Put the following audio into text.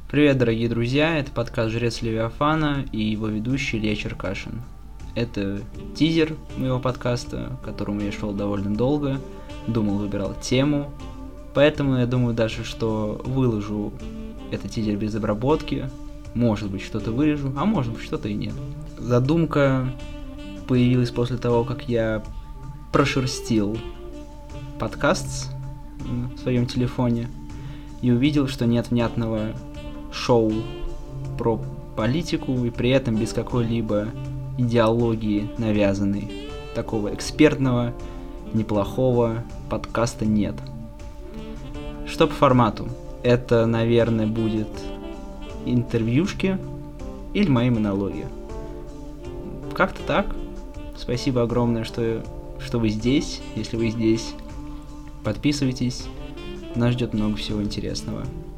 Привет, дорогие друзья, это подкаст «Жрец Левиафана» и его ведущий Илья Черкашин. Это тизер моего подкаста, к которому я шел довольно долго, выбирал тему, поэтому я думаю даже, что выложу этот тизер без обработки, может быть что-то вырежу, а может быть что-то и нет. Задумка появилась после того, как я прошерстил подкаст в своем телефоне и увидел, что нет внятного шоу про политику и при этом без какой-либо идеологии навязанной. Такого экспертного, неплохого подкаста нет. Что по формату? Это, наверное, будет интервьюшки или мои монологи. Как-то так. Спасибо огромное, что вы здесь. Если вы здесь, подписывайтесь. Нас ждет много всего интересного.